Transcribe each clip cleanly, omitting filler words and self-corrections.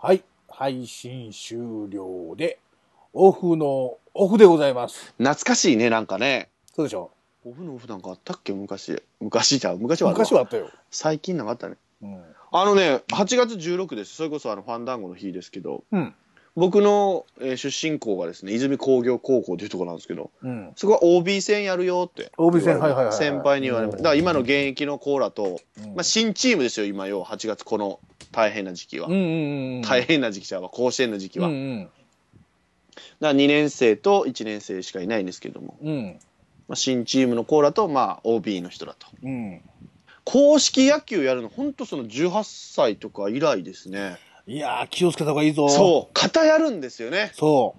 はい、配信終了で、オフのオフでございます。 懐かしいね、なんかね。 そうでしょ。 オフのオフなんかあったっけ、昔。昔はあるわ。 昔はあったよ。 最近なんかあったね。 うん。 8月16です。それこそファンダンゴの日ですけど、 うん。 僕の、出身校がですね、泉工業高校というところなんですけど、 うん。 そこは OB 戦やるよって言われ OB 戦、 て、 はいはいはいはい。 先輩に言われました。だから今の現役のコーラと、 うんまあ新チームですよ、今よ、8月この大変な時期は。 うんうんうん。 大変な時期ちゃうわ、甲子園の時期は。 うんうん。 だから2年生と1年生しかいないんですけども、 うん。 まあ、新チームのコーラと、まあ、OB の人だと。 うん。 公式野球やるの、ほんとその18歳とか以来ですね。 いやー、気をつけた方がいいぞ。 そう、肩やるんですよね。 そう。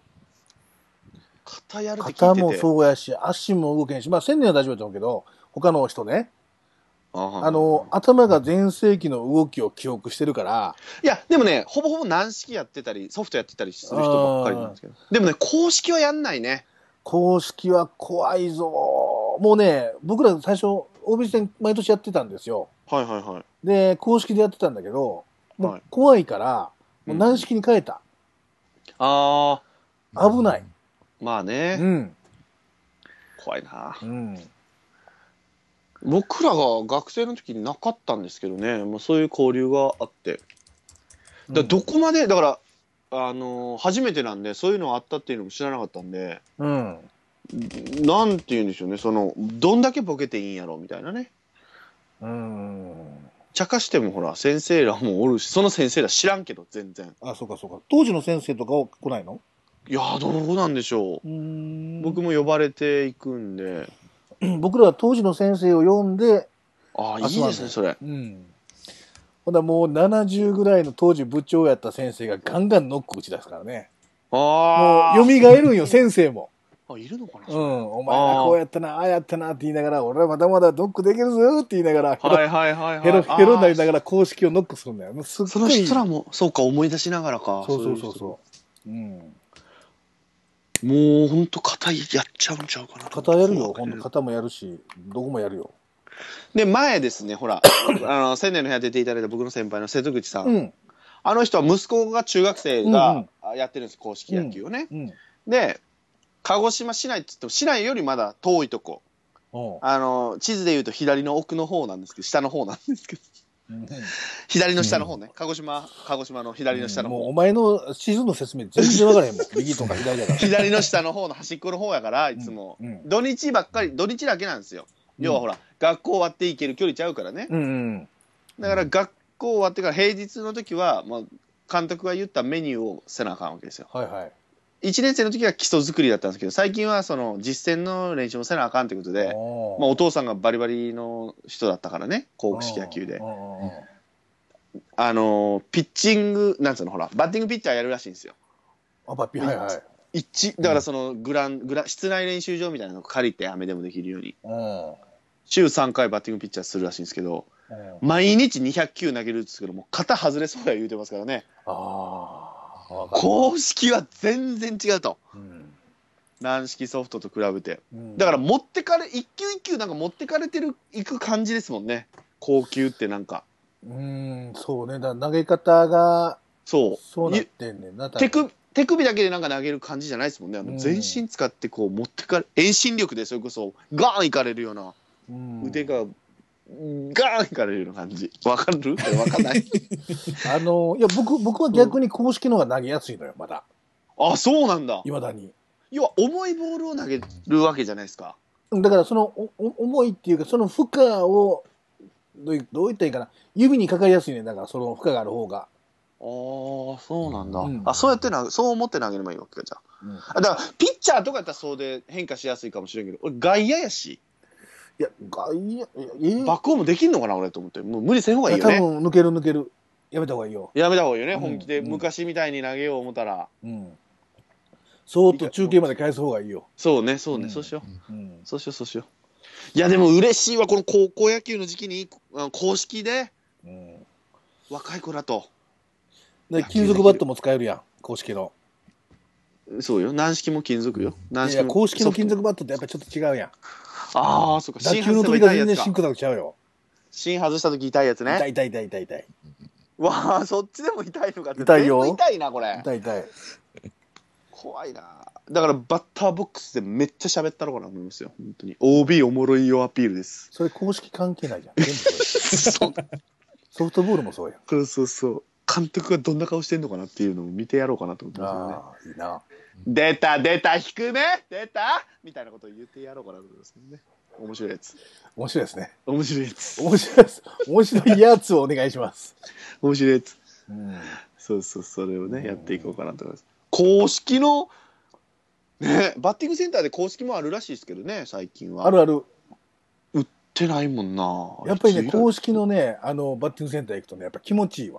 肩やるって聞いてて。 肩もそうやし、足も動けんし、まあ、1000年は大丈夫だと思うけど、他の人ね。頭が全盛期の動きを記憶してるから。 いや、でもね、ほぼほぼ軟式やってたり、ソフトやってたりする人ばっかりなんですけど。でもね、公式はやんないね。 公式は怖いぞ。もうね、僕ら最初、OB 戦毎年やってたんですよ。 はいはいはい。 で、公式でやってたんだけど、もう怖いから、もう軟式に変えた。 ああ。危ない。 まあね。 うん。 怖いな。 うん。 僕らが学生の時になかったんですけどね、もうそういう交流があって。どこまで、だから、初めてなんで、そういうのがあったっていうのも知らなかったんで、 うん。 なんて言うんでしょうね、どんだけボケていいんやろみたいなね。茶化してもほら、先生らもおるし、その先生ら知らんけど、全然。 あ、そうかそうか。当時の先生とかは来ないの？ いやー、どうなんでしょう。僕も呼ばれていくんで。 僕らは当時の先生を呼んで、 ああ、いいですね、それ。 うん。ほんだもう70ぐらいの当時部長やった先生がガンガンノック打ち出すからね。 ああ。 もう蘇るんよ、先生も。 あ、いるのかな？ うん。お前らこうやったな、ああやったなって言いながら、俺はまだまだノックできるぞって言いながら、 はいはいはいはい。 ヘロになりながら公式をノックするんだよ。 その人らも、そうか、思い出しながらか。 そう。うん。 もうほんと肩やっちゃうんちゃうかな。 肩やるよ、ほんと肩もやるし、どこもやるよ。 で、前ですね、ほら、千年の部屋出ていただいた僕の先輩の瀬戸口さん。 うん。 あの人は息子が中学生がやってるんです、公式野球をね。で、鹿児島市内って言っても、市内よりまだ遠いとこ。地図で言うと左の奥の方なんですけど、下の方なんですけど。左の下の方ね。鹿児島の左の下の方。 もうお前の地図の説明全然分からへんもん。右とか左だから。 左の下の方の端っこの方やから、いつも。土日だけなんですよ。要はほら、学校終わって行ける距離ちゃうからね。だから学校終わってから平日の時は、まあ、監督が言ったメニューをせなあかんわけですよ。 はいはい。 1年生の時は基礎作りだったんですけど、最近はその実践の練習もせなあかんということで、まあ、お父さんがバリバリの人だったからね、硬式野球で。ピッチング、なんつうの、ほら、バッティングピッチャーやるらしいんですよ。 はいはい。 だからその室内練習場みたいなのを借りて雨でもできるように。週3回バッティングピッチャーするらしいんですけど、毎日200球投げるんですけども、型外れそうや言うてますからね。公式は全然違うと。軟式ソフトと比べて。だから一球一球なんか持ってかれていく感じですもんね。高級ってなんか。 そうね。投げ方が、 そうなってんねんな。 手首だけでなんか投げる感じじゃないですもんね。全身使ってこう持ってかれ、遠心力でそれこそガーンいかれるような、腕がガーンいかれるような感じ。わかる？わかんない。いや、僕は逆に公式の方が投げやすいのよ、まだ。 あ、そうなんだ。 未だに。 要は重いボールを投げるわけじゃないですか。 だからその重いっていうか、その負荷を、どう言ったらいいかな。指にかかりやすいね。だからその負荷がある方が。 ああ、そうなんだ。そう思って投げればいいわけか、じゃあ。だから、ピッチャーとかやったらそうで変化しやすいかもしれんけど、俺外野やし。 いや、外野、 バックホームできんのかな、俺と思って。もう無理せん方がいいよね。 多分抜ける。やめた方がいいよ。 やめた方がいいよね、本気で。昔みたいに投げよう思ったら。 そーっと中継まで返す方がいいよ。 そうね、そうしよう。そうしよう。いや、でも嬉しいわ、この高校野球の時期に、公式で、若い子らと。 金属バットも使えるやん、公式の。 そうよ、軟式も金属よ。 いや、公式の金属バットってやっぱちょっと違うやん。 ああ、そうか。 打球の時が全然芯砕くちゃうよ。 芯外した時痛いやつね。 痛い。 わあ、そっちでも痛いのかって。 痛いよ。 痛いな、これ。 痛い痛い。 怖いな。だからバッターボックスでめっちゃ喋ったのかなと思いますよ。本当に。OB おもろいよアピールです。 それ公式関係ないじゃん。全部それソフトボールもそうやん。 そう。監督がどんな顔してんのかなっていうのを見てやろうかなと思ってますよね。 ああ、いいな。 出た、低め出たみたいなことを言ってやろうかなと思いますけどね。面白いやつ。 面白いですね。 面白いやつ。 面白いです。面白いやつをお願いします。 面白いやつ。 うん、 そう、それをね、やっていこうかなと思います。公式の、ね、バッティングセンターで公式もあるらしいですけどね、最近は。 あるある。 売ってないもんな。 やっぱりね、公式のね、バッティングセンター行くとね、やっぱ気持ちいいわ。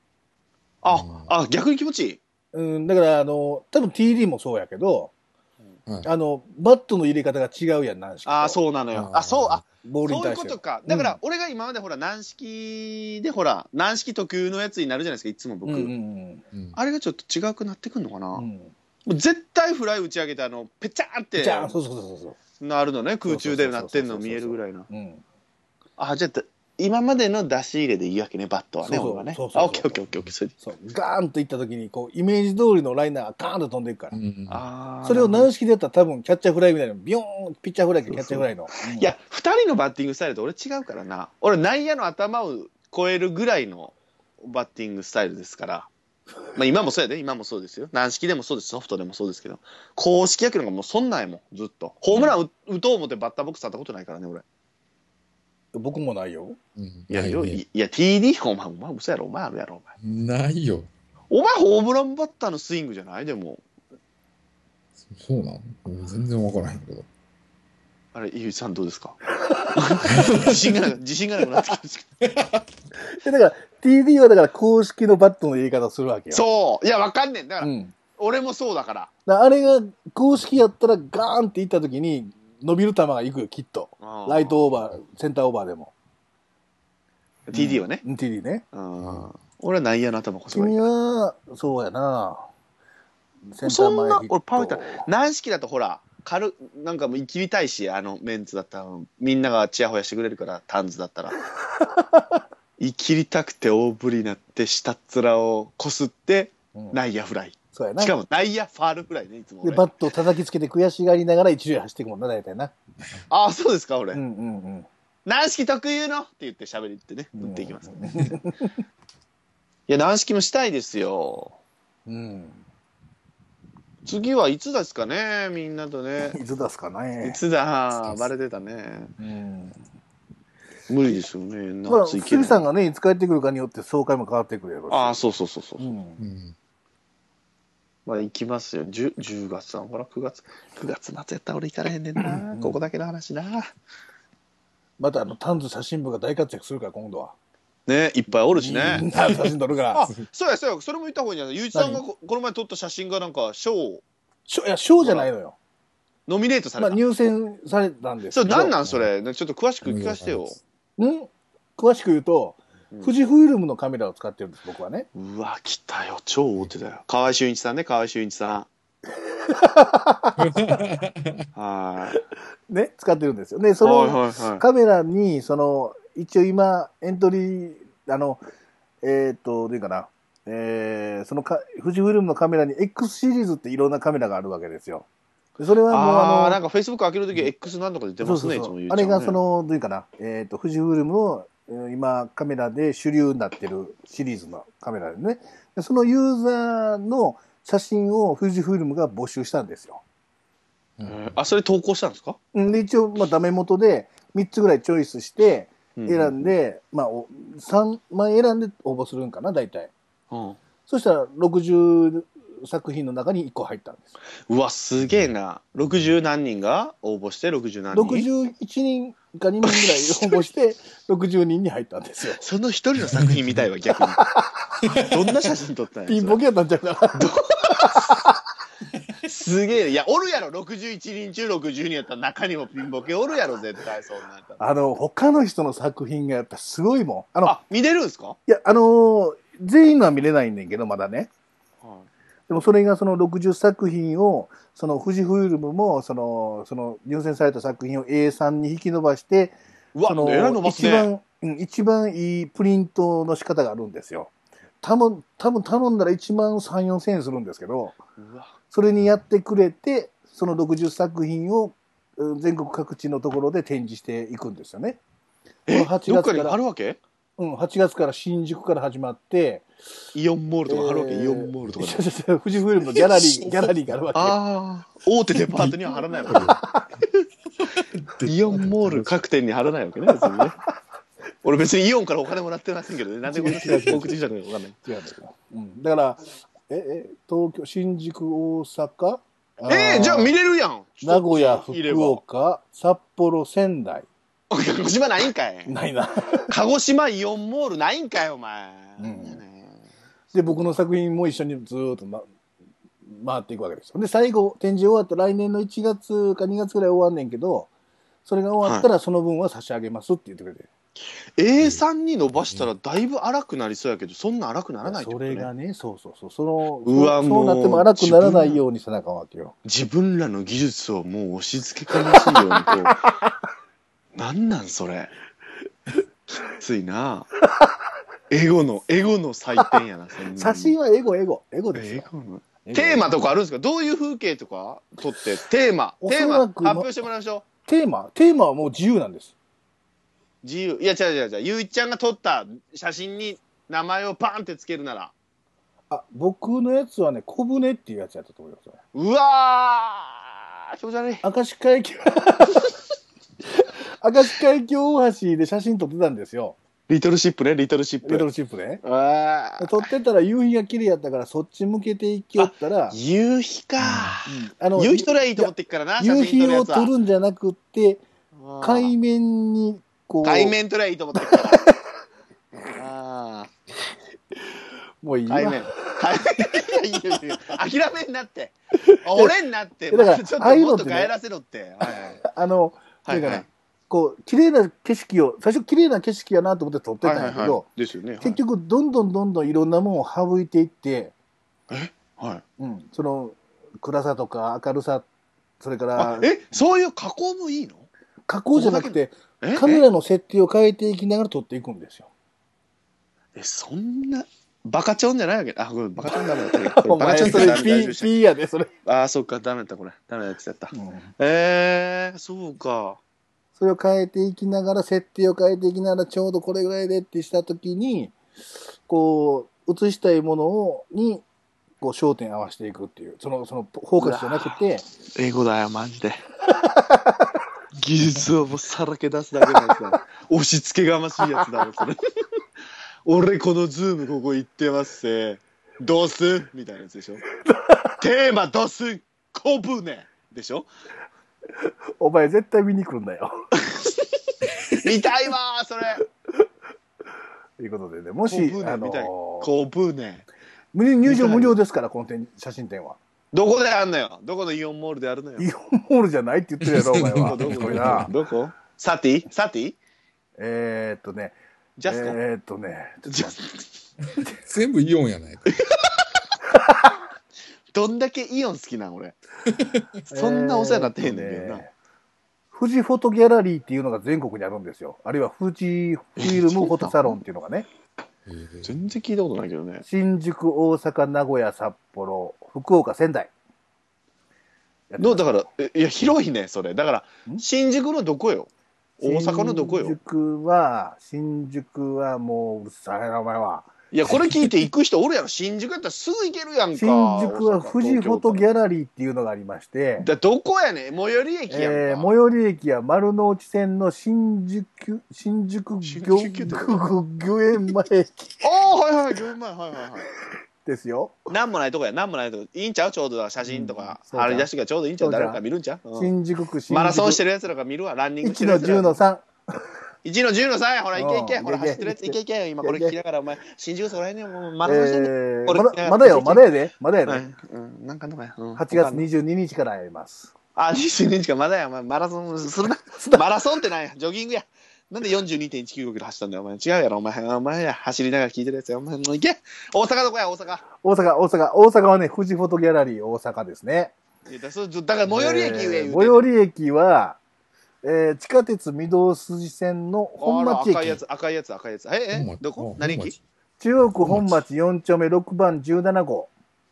逆に気持ちいい。 うん、だから多分 TD もそうやけど、バットの入れ方が違うやん、軟式。 そうなのよ。ボールに対して。そういうことか。だから、俺が今までほら、軟式でほら、軟式特有のやつになるじゃないですか、いつも僕。あれがちょっと違くなってくんのかな。もう絶対フライ打ち上げて、ペチャーって。そうなるのね、空中でなってんの見えるぐらいな。じゃあ、今までの出し入れでいいわけね、バットはね、俺はね。オッケー。 そう、ガーンといった時に、イメージ通りのライナーがガーンと飛んでいくから。それを軟式でやったら多分キャッチャーフライみたいな、ビヨーン、ピッチャーフライかキャッチャーフライの。 いや、2人のバッティングスタイルと俺違うからな。俺、内野の頭を超えるぐらいのバッティングスタイルですから。今もそうやで、今もそうですよ。軟式でもそうです、ソフトでもそうですけど。公式野球なんかもうそんなんやもん、ずっと。ホームラン打とう思ってバッターボックス立ったことないからね、俺。 僕もないよ。 いや、TD、お前嘘やろ、お前あるやろ、お前。ないよ。 お前、ホームランバッターのスイングじゃないでも。 そうなの全然わからへんけど。 あれ、ゆうちさんどうですか自信がなくなってきました。 だから、TD はだから公式のバットの入れ方するわけよ。 そう。いや、わかんねん。だから、俺もそうだから。 あれが公式やったらガーンっていった時に、伸びる球がいくよ、きっと。ライトオーバー、センターオーバーでも。 TD はね。 TD ね。 俺は内野の頭こそがいい。 君は、そうやな。 センター前ヒット。俺パワー打った。軟式だとほら、なんかもう生きりたいし、メンツだったら、みんながチヤホヤしてくれるから、タンズだったら。生きりたくて大振りになって、下っ面をこすって、内野フライ。 そうやな。 しかも内野ファールフライね、いつも。 で、バットを叩きつけて悔しがりながら一塁走っていくもんな、大体な。 そうですか、俺。軟式特有のって言って喋りってね、打っていきます。いや、軟式もしたいですよ。次はいつですかね、みんなとね。 いつですかね。 いつだ、バレてたね。無理ですよね。 杉さんがね、いつ帰ってくるかによって総会も変わってくるやろうし。そう。行きますよ。10月なのかな、9月末やったら俺行かれへんねんな。ここだけの話な。 またタンズ写真部が大活躍するから、今度は。 ね、いっぱいおるしね。 みんな写真撮るから。 そうや。それも言った方がいいんじゃない？ゆういちさんがこの前撮った写真がなんか賞じゃないのよ。 ノミネートされた。 入選されたんですけど。それ何なんそれ？ちょっと詳しく聞かせてよ。 詳しく言うと、富士フイルムのカメラを使ってるんです、僕はね。 うわ、来たよ。超大手だよ。河合俊一さんね、河合俊一さん。 ね、使ってるんですよ。で、そのカメラに、一応今、エントリー、どういうかな、富士フイルムのカメラに X シリーズっていろんなカメラがあるわけですよ。それはもうなんか Facebook 開けるとき X なんとか出てますね、いつも言う。 あれがどういうかな、富士フイルムの今カメラで主流になってるシリーズのカメラでね。でそのユーザーの写真を富士フイルムが募集したんですよ。 それ投稿したんですか？ で一応、ダメ元で3つぐらいチョイスして選んで、3枚選んで応募するんかな、大体。そしたら60作品の中に1個入ったんです。 うわ、すげえな。60何人が応募して60何人 ?61 人か2人ぐらい応募して60人に入ったんですよ。 その一人の作品見たいわ、逆に。どんな写真撮ったんや。 ピンボケやったんちゃうかな。 すげえ。いや、おるやろ、61人中60人やったら中にもピンボケおるやろ、絶対そんな。 他の人の作品がやっぱすごいもん。 見れるんですか？ いや、全員のは見れないんだけど、まだね。でもそれがその60作品を、その富士フイルムも、その入選された作品を A3 に引き伸ばして、一番いいプリントの仕方があるんですよ。 多分頼んだら1万3、4千円するんですけど、それにやってくれて、その60作品を全国各地のところで展示していくんですよね。 8月から。どっかにあるわけ？ 8月から新宿から始まって、 イオンモールとか貼るわけ、イオンモールとか。 富士フイルムのギャラリーがあるわけ。 ああ、大手デパートには貼らないわけ。イオンモール各店に貼らないわけね、別にね。俺別にイオンからお金もらってませんけどね。なんでこんな大口したのか分かんない。 違うんだけど。だから、東京、新宿、大阪。 じゃあ見れるやん。 名古屋、福岡、札幌、仙台。 鹿児島ないんかい。 ないな。 鹿児島イオンモールないんかい、お前。 で、僕の作品も一緒にずーっと、回っていくわけですよ。で、最後、展示終わった来年の1月か2月ぐらい終わんねんけど、それが終わったらその分は差し上げますって言ってくれて。 A3 に伸ばしたらだいぶ荒くなりそうやけど、そんな荒くならないってことね。 それがね、そう。そうなっても荒くならないようにせなあかんわけよ。 自分らの技術をもう押し付けがましいようにこう。なんなんそれ。きついな。エゴの祭典やな。 写真はエゴですよ。 テーマとかあるんですか？どういう風景とか撮ってテーマ発表してもらいましょう。 テーマはもう自由なんです。 自由。いや違う。ゆういちゃんが撮った写真に名前をパンってつけるなら。 僕のやつはね、小舟っていうやつやったと思います。 うわー、気持ち悪い。 明石海峡大橋で写真撮ってたんですよ。 リトルシップね。 撮ってたら夕日が綺麗やったからそっち向けていきよったら。 夕日か。夕日撮りゃいいと思ってっからな。 夕日を撮るんじゃなくって、海面にこう。 海面撮りゃいいと思ってっから。 もういいわ。 海面。諦めんなって。俺になって。 だからちょっともっと帰らせろって。 こう、綺麗な景色を、最初綺麗な景色やなと思って撮ってたんやけど、 ですよね。 結局どんどんいろんなものを省いていって、その暗さとか明るさ、それから、 そういう加工もいいの？ 加工じゃなくて、カメラの設定を変えていきながら撮っていくんですよ。 そんな、バカチョンじゃないわけ。ごめん、バカチョンダメだった。 お前それピーやで、それ。 そうか、ダメだった、これ。ダメだってやった。そうか。 それを変えていきながら、設定を変えていきながら、ちょうどこれぐらいでってしたときに、こう、映したいものに、こう、焦点合わせていくっていう、その、フォーカスじゃなくて。 英語だよ、マジで。技術をもうさらけ出すだけのやつだ。押し付けがましいやつだろ、それ。俺、このズームここ行ってますせ。どうすみたいなやつでしょ。テーマどうす小舟でしょ。 お前絶対見に来るんだよ。 見たいわそれ。 ということでね、もし小舟入場無料ですから、この写真展は。 どこであんのよ。どこのイオンモールであるのよ。 イオンモールじゃないって言ってるやろお前は。 どこ？サティ？ ジャスト？ 全部イオンやないか。 どんだけイオン好きなん俺。そんなお世話になってへんねんけどな。 富士フォトギャラリーっていうのが全国にあるんですよ。あるいは富士フィルムフォトサロンっていうのがね。 全然聞いたことないけどね。 新宿、大阪、名古屋、札幌、福岡、仙台。 だから、いや、広いね、それ。だから、新宿のどこよ？大阪のどこよ？ 新宿はもううるさいな、お前は。 いや、これ聞いて行く人おるやろ。新宿やったらすぐ行けるやんか。 新宿は富士フォトギャラリーっていうのがありまして。 どこやねん？最寄り駅やんか。 最寄り駅は丸の内線の新宿御苑前駅。 はい、御苑前、はい。 ですよ。 なんもないとこや、なんもないとこ。いいんちゃう？ちょうど写真とか貼り出してからちょうどいいんちゃう？誰か見るんちゃう？ 新宿区マラソンしてるやつらが見るわ、ランニングしてるやつら。 1の10の3。 1の10の3や、ほら、行け。ほら、走ってるやつ、行け。今これ聞きながら、お前、新宿そこら辺にもマラソンしてんねん。 まだやで。 なんかのかや。 8月22日からやります。 22日か、まだや、お前、マラソンするな。マラソンってなんや、ジョギングや。なんで 42.195 キロ走ったんだよ、お前。違うやろ、お前や、走りながら聞いてるやつや。お前、もう行け。大阪どこや、大阪。 大阪はね、富士フォトギャラリー大阪ですね。 だから、最寄り駅上最寄り駅は、地下鉄御堂筋線の本町駅。 赤いやつ。どこ？何駅？ 中央区本町4丁目6番17号。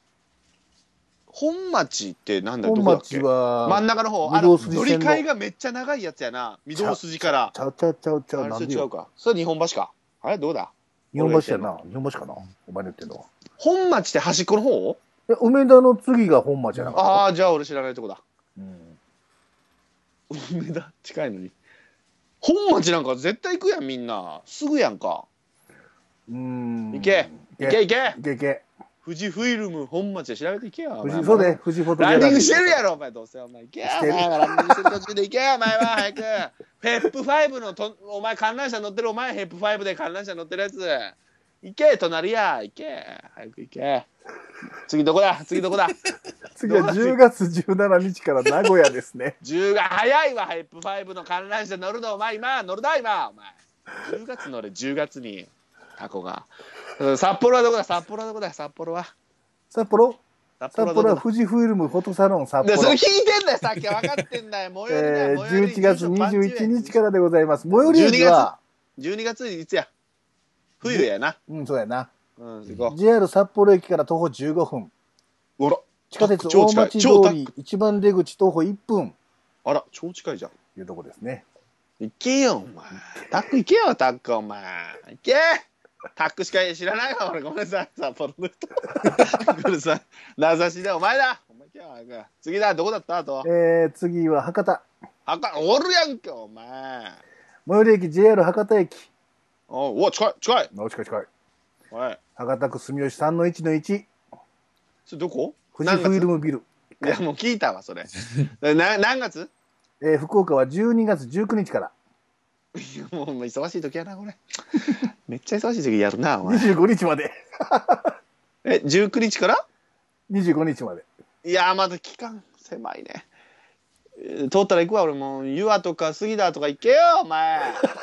本町ってなんだ、ど本こだっけ？ 町は、 真ん中の方、 御堂筋乗線のり換えがめっちゃ長いやつやな。御堂筋から。 ちゃう、ああれ、そなんでよ。 れ違うか。それ日本橋か。あれ、どうだ？ 日本橋やな。日本橋かな。お前の言ってんのは。 本町って端っこの方？ 梅田の次が本町やなかった。 ああ、じゃあ俺知らないとこだ。 うん。 梅田近いのに。本町なんか絶対行くやん、みんな。すぐやんか。行け。富士フイルム本町で調べて行けよ。 そうで、富士フォトギャラリー。 ランニングしてるやろ、お前。どうせお前行けよ。お前はランニングしてる途中で行けよ、お前は。早く。ヘップ5のお前観覧車乗ってる、お前ヘップ5で観覧車乗ってるやつ。行け、隣や。行け。早く行け。次どこだ？次は 10月17日から名古屋ですね。 10が早いわ、ヘップ5の観覧車乗るの、お前今、乗るだ、今、お前。10月乗れ、10月に、タコが。札幌はどこだ？札幌は富士フイルムフォトサロン札幌。 それ聞いてんだよ、さっき分かってんだよ。最寄りだ、 11月21日からでございます。最寄り駅は 12月いつや？冬やな。 うん、そうやな。 行こう。 JR 札幌駅から徒歩15分。 あら、 地下鉄大町通り一番出口徒歩1分。 あら、超近いじゃん。 いうとこですね。 行けよ、お前。タック行けよ、タック、お前。行け。タックしか知らないわ、俺。ごめんなさい。札幌の人。これさ、名指しで、お前だ。お前行けよ、次だ、どこだったあと。 次は博多。 おるやんけ、お前。 最寄り駅 JR 博多駅。 お、近い。 近い。 はい。 博多区住吉3-1-1。 それどこ？ 富士フイルムビル。 いや、もう聞いたわ、それ。何月？ 福岡は12月19日から。 いや、もう忙しい時やな、これ。めっちゃ忙しい時やるな、お前。 25日まで。 19日から ?25 日まで。 いや、まだ期間狭いね。通ったら行くわ、俺もう。湯和とか杉田とか行けよ、お前。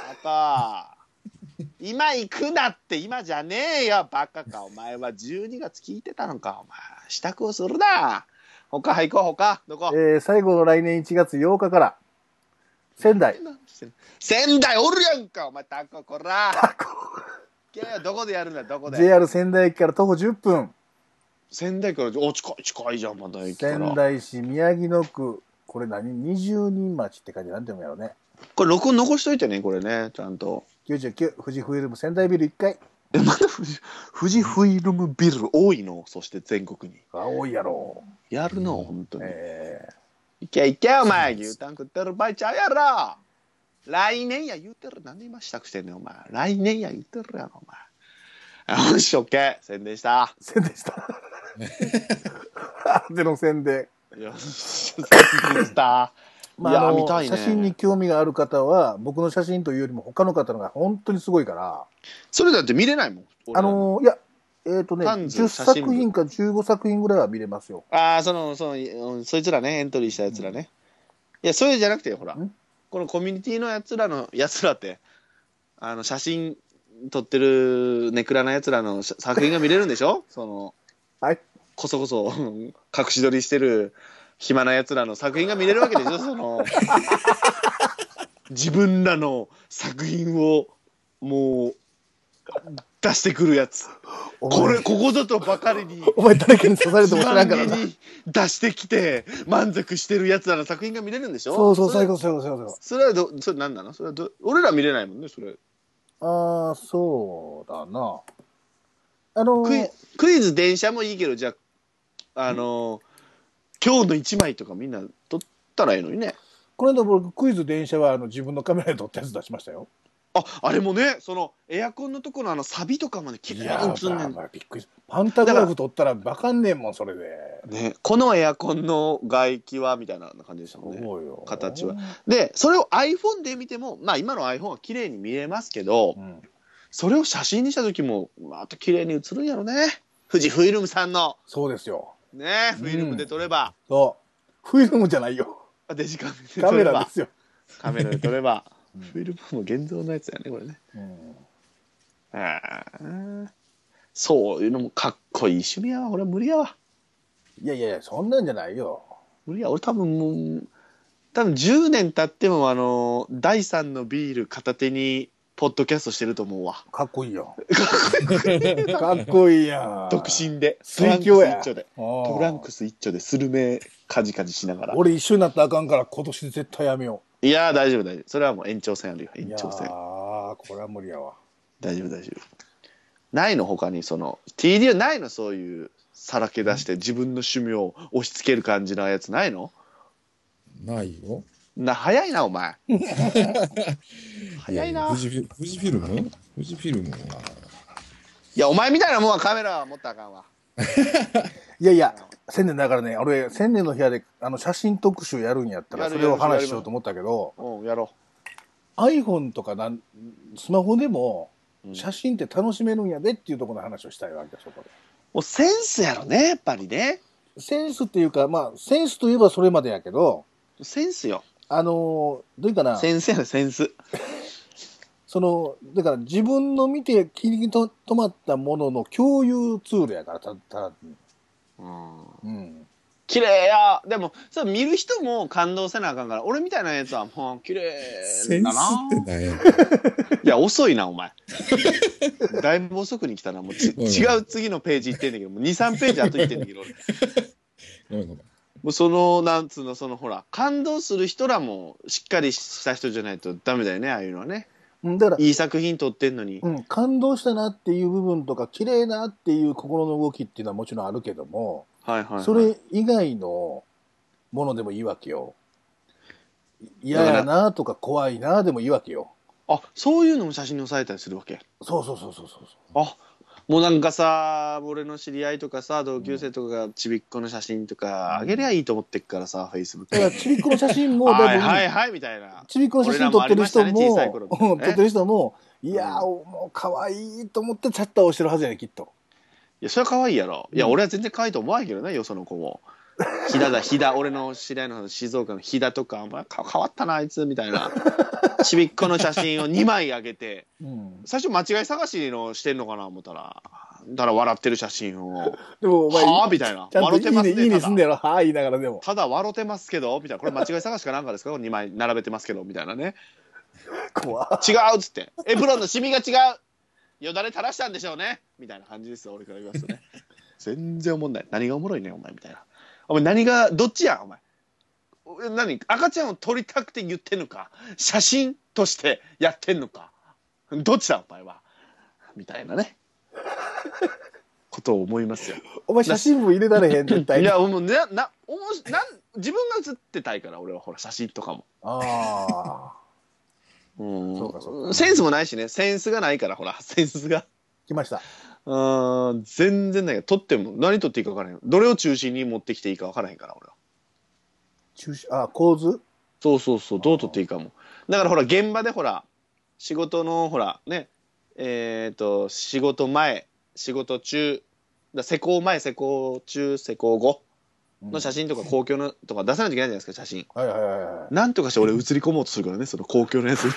今行くなって、今じゃねえよ、バカか。お前は12月聞いてたのか、お前。支度をするな。他行こう、他。どこ？ 最後の来年1月8日から、仙台おるやんか、お前、タコ、こら。どこでやるんだ、どこで。 JR 仙台駅から徒歩10分。 仙台から、近いじゃん、まだ駅から。 仙台市宮城野区、これ何？二十人町って書いてなんて読むやろうね。 これ録音残しといてね、これね、ちゃんと。 99、富士フイルム仙台ビル1階。 まだ富士フイルムビル多いの？そして全国に。 多いやろ。 やるの、本当に。いけ、お前。牛タン食ってる場合ちゃうやろ。来年や言うてる。なんで今支度してんねん、お前。来年や言うてるやろ、お前。よし、オッケー。宣伝した。 での宣伝。 よし、宣伝した。 いや、見たいね。写真に興味がある方は、僕の写真というよりも他の方のが本当にすごいから。 それだって見れないもん。 いや、10作品か15作品ぐらいは見れますよ。 ああ、そいつらね、エントリーしたやつらね。いや、それじゃなくて、ほら。このコミュニティのやつらって、写真撮ってるネクラなやつらの作品が見れるんでしょ？ はい。 こそ隠し撮りしてる暇なやつらの作品が見れるわけでしょ？自分らの作品をもう出してくるやつ。ここぞとばかりにお前誰かに刺されても知らんからな。 出してきて満足してるやつらの作品が見れるんでしょ？ そう、最高。それはそれ何なの？それは俺ら見れないもんね、それ。 ああ、そうだな。 クイズ電車もいいけど、じゃあ今日の一枚とかみんな撮ったらいいのにね。 この間僕クイズ電車は自分のカメラで撮ったやつ出しましたよ。 あれもね、エアコンのところのサビとかまで綺麗に映んねん。 びっくりした。パンタグラフ撮ったらバカんねんもん、それで。 ね、このエアコンの外気はみたいな感じでしたもんね。そうよ。形は。で、それを iPhone で見ても、まあ今の iPhone は綺麗に見えますけど、それを写真にした時も、また綺麗に映るんやろね。富士フイルムさんの。 そうですよ。 ね、フィルムで撮れば。 そう。フィルムじゃないよ。 デジカメでカメラですよ。 カメラで撮れば。フィルムも現像のやつやね、これね。そういうのもかっこいい趣味やわ。俺は無理やわ。 いや、そんなんじゃないよ。 無理や。俺多分10年経っても第3のビール片手にポッドキャストしてると思うわ。 かっこいいやん。かっこいいやん。 独身で。 水郷や。 トランクス一丁でスルメカジカジしながら。 俺一緒になったらあかんから今年絶対やめよう。いやー大丈夫大丈夫。それはもう延長戦あるよ。延長戦。 ああ、これは無理やわ。 大丈夫大丈夫。ないの他にその TD はないのそういうさらけ出して自分の趣味を押し付ける感じのやつないの？ ないよ。 早いなお前。早いな。 富士フィルムは。 いやお前みたいなもんはカメラは持ったらあかんわ。 いやいや、千年だからね、俺千年の部屋で写真特集やるんやったらそれを話しようと思ったけど、 やろう。iPhone とかスマホでも写真って楽しめるんやでっていうところの話をしたいわけでしょこれ。 もうセンスやろねやっぱりね。 センスっていうかまあセンスといえばそれまでやけど。 センスよ。 どういうかな。 センスやねセンス。 だから自分の見て気に留まったものの共有ツールやから綺麗や。でもそれ見る人も感動せなあかんから俺みたいなやつはもう綺麗だな。 センスって何や。 いや遅いなお前。だいぶ遅くに来たな。もう違う次のページ行ってんだけどもう 2,3 ページ後行ってんだけど俺。 ごめん。 もうそのなんつうのそのほら感動する人らもしっかりした人じゃないとダメだよねああいうのはね。だからいい作品撮ってんのに、 感動したなっていう部分とか綺麗なっていう心の動きっていうのはもちろんあるけども、それ以外のものでもいいわけよ。嫌やなとか怖いなでもいいわけよ。 あ、そういうのも写真に収めたりするわけ。 そう。 あ、もうなんかさ俺の知り合いとかさ同級生とかがちびっこの写真とかあげりゃいいと思ってっからさ、フェイスブックだからちびっこの写真もはいみたいなちびっこの写真撮ってる人も、撮ってる人もいやもう可愛いと思ってチャッターをしてるはずやねきっと。 いやそれは可愛いやろ。いや俺は全然可愛いと思わんけどねよその子も。飛騨俺の知り合いの静岡の飛騨とかお前変わったなあいつみたいなちびっこの写真を2枚あげて、最初間違い探しのしてんのかな思ったら笑ってる写真をでもお前はあみたいな笑ってますね。いいねすんだよはあ言いながらでもただ笑ってますけどみたいなこれ間違い探しかなんかですか2枚並べてますけどみたいなね怖違うっつってエプロンのシミが違うよだれ垂らしたんでしょうねみたいな感じですよ俺から言わすとね全然おもんない何がおもろいねお前みたいなお前何がどっちやお前赤ちゃんを撮りたくて言ってんのか写真としてやってんのかどっちだお前はみたいなねことを思いますよ。 お前写真も入れられへん絶対に。 いやもう自分が写ってたいから俺はほら写真とかもそうかセンスもないしねセンスがないからほらセンスが来ました。 全然ないから撮っても何撮っていいか分からへんどれを中心に持ってきていいか分からへんから俺は構図そうどう撮っていいかもだからほら現場でほら仕事のほらね仕事前仕事中施工前施工中施工後の写真とか公共のとか出さないといけないじゃないですか写真なんとかして俺映り込もうとするからねその公共のやつ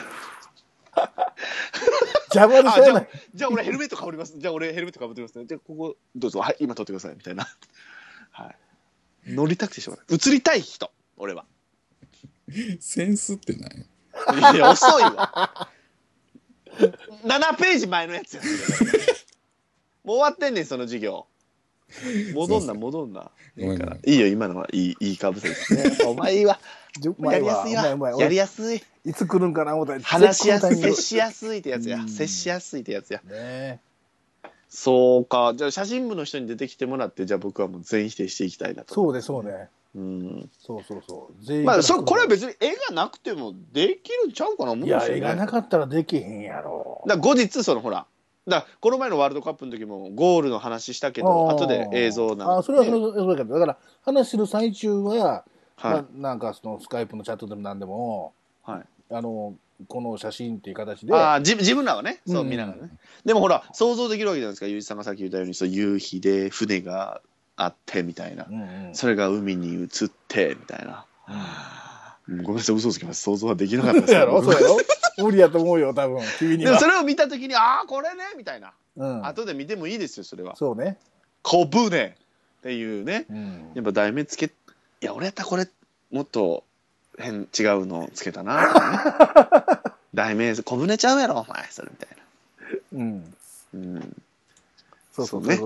邪魔でしょうがない。 じゃあ俺ヘルメットかぶりますじゃあ俺ヘルメットかぶってますねじゃあここどうぞはい今撮ってくださいみたいなはい乗りたくてしょうがない映りたい人俺はセンスって何？ いや遅いわ7ページ前のやつやもう終わってんねんその授業戻んないいからいいよ今のはいいかぶせですねお前はやりやすいわやりやすいいつ来るんかな思ったら話しやすい接しやすいってやつや接しやすいってやつやねそうかじゃあ写真部の人に出てきてもらってじゃあ僕はもう全否定していきたいなとそうねそう全員まあこれは別に絵がなくてもできるんちゃうかな思うんですよねいや絵がなかったらできへんやろだから後日そのほらこの前のワールドカップの時もゴールの話したけど後で映像なんでそれはそうだけどだから話してる最中はなんかそのスカイプのチャットでも何でもこの写真っていう形で自分らはねそう見ながらねでもほら想像できるわけじゃないですかゆうじさんがさっき言ったように夕日で船があってみたいなそれが海に映ってみたいなごめんなさい嘘つきます想像はできなかったですやろそうやろ無理やと思うよ多分君にはでもそれを見た時にこれねみたいな後で見てもいいですよそれはそうね小舟っていうねやっぱ題名つけいや俺やったらこれもっと違うのつけたな題名、小舟ちゃうやろ、お前、それみたいな。 そういうこと。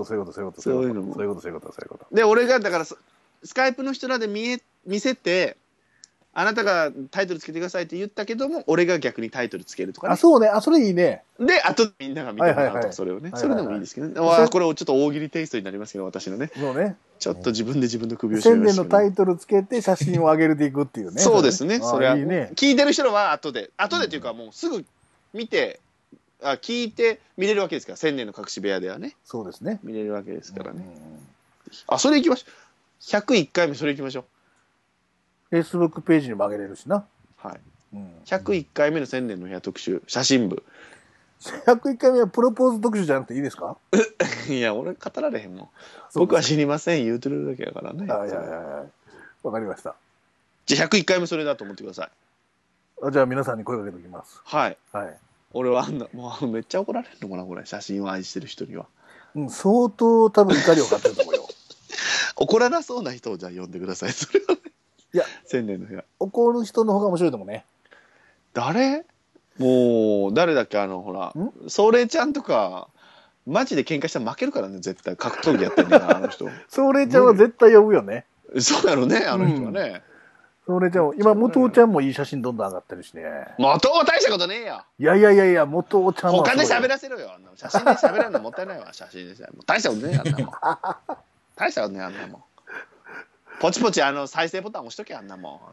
で、俺が、だから、スカイプの人らで見せて、あなたがタイトルつけてくださいって言ったけども、俺が逆にタイトルつけるとかね。 そうね。それいいね。 で、あとみんなが見てもらうとか、それをね。それでもいいですけどね。これをちょっと大喜利テイストになりますけど、私のね。 そうね。 ちょっと自分で自分の首を絞めました。 宣伝のタイトルつけて写真を上げていくっていうね。 そうですね。それは。 いいね。 聞いてる人は後でっていうかもうすぐ見て、聞いて見れるわけですから、千年の隠し部屋ではね。 そうですね。 見れるわけですからね。それいきましょう。101回目それいきましょう。 Facebook ページにも上げれるしな。 はい。101回目の千年の部屋特集、写真部。 101回目はプロポーズ特集じゃなくていいですか？ いや、俺語られへんもん。僕は知りません言うてるだけやからね。 わかりました。 じゃあ101回目それだと思ってください。じゃあ皆さんに声かけておきます。 はい。俺はもうめっちゃ怒られるのかな、これ。写真を愛してる人には。 相当多分怒りを買ってると思うよ。 怒らなそうな人をじゃあ呼んでください、それはね。 いや、 千年の部屋。 怒る人の方が面白いと思うね。 誰？もう、誰だっけ、ほら、ソーレイちゃんとか、マジで喧嘩したら負けるからね、絶対。格闘技やってんねんから、あの人。 ソーレイちゃんは絶対呼ぶよね。 そうやろね、あの人はね。 ソーレイちゃんも、今、元尾ちゃんもいい写真どんどん上がってるしね。 元尾大したことねえよ。 いや、元尾ちゃんは。 他で喋らせろよ、あんな写真で喋らんのもったいないわ、写真で喋る。大したことねえよ、あんなもん。大したことねえ、あんなもん。ポチポチ再生ボタン押しとけ、あんなもん。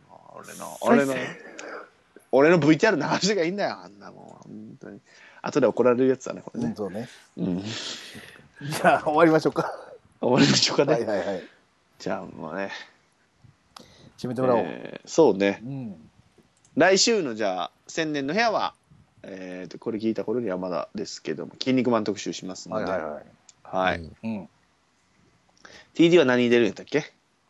俺の VTR 流してがいいんだよ、あんなもん。本当に。後で怒られるやつだね、これね。 そうね。じゃあ、終わりましょうか。 終わりましょうかね。 はい。 じゃあ、もうね。 締めてもらおう。 そうね。来週の、じゃあ、千年の部屋は、これ聞いた頃にはまだですけども、筋肉マン特集しますので。はい。TD は何に出るんやったっけ？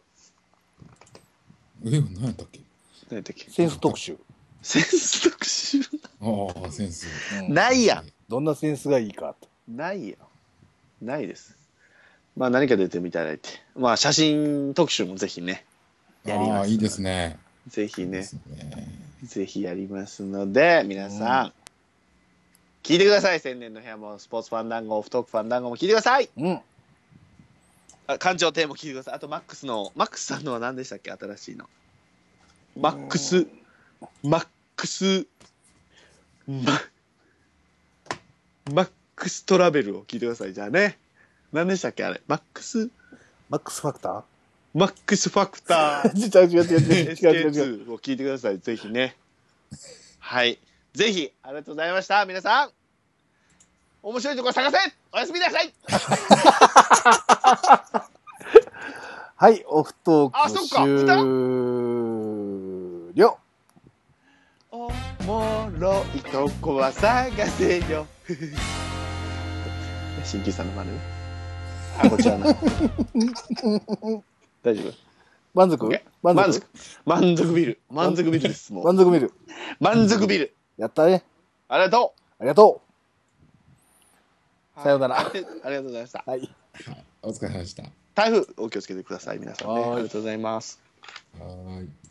何やったっけ？ センス特集。 センス特集？ ああ、センス。 ないやん。 どんなセンスがいいかと。 ないよ。ないです。まあ何か出てみたいって。まあ写真特集もぜひね。 やります。ああ、いいですね。 ぜひね。ぜひやりますので、皆さん、聞いてください。千年の部屋も、スポーツファンダンゴ、オフトークファンダンゴも聞いてください。館長テーマ聞いてください。あとマックスさんのは何でしたっけ？新しいの。マックストラベルを聞いてください。じゃあね。何でしたっけあれ。マックスファクター？ マックスファクター。 違う。 SK2 を聞いてください。ぜひね。はい。ぜひ、ありがとうございました。皆さん。面白いところ探せ！おやすみなさい！ はい、オフトーク終了。 おもろいとこは探せよ。新規さんの真似。こちらな。大丈夫？満足ビル。満足ビルです。もう。満足ビル。 やったね。 ありがとう。さようなら。 ありがとうございました。 はい。お疲れ様でした。 台風お気をつけてください、皆さんね。ありがとうございます。 はい。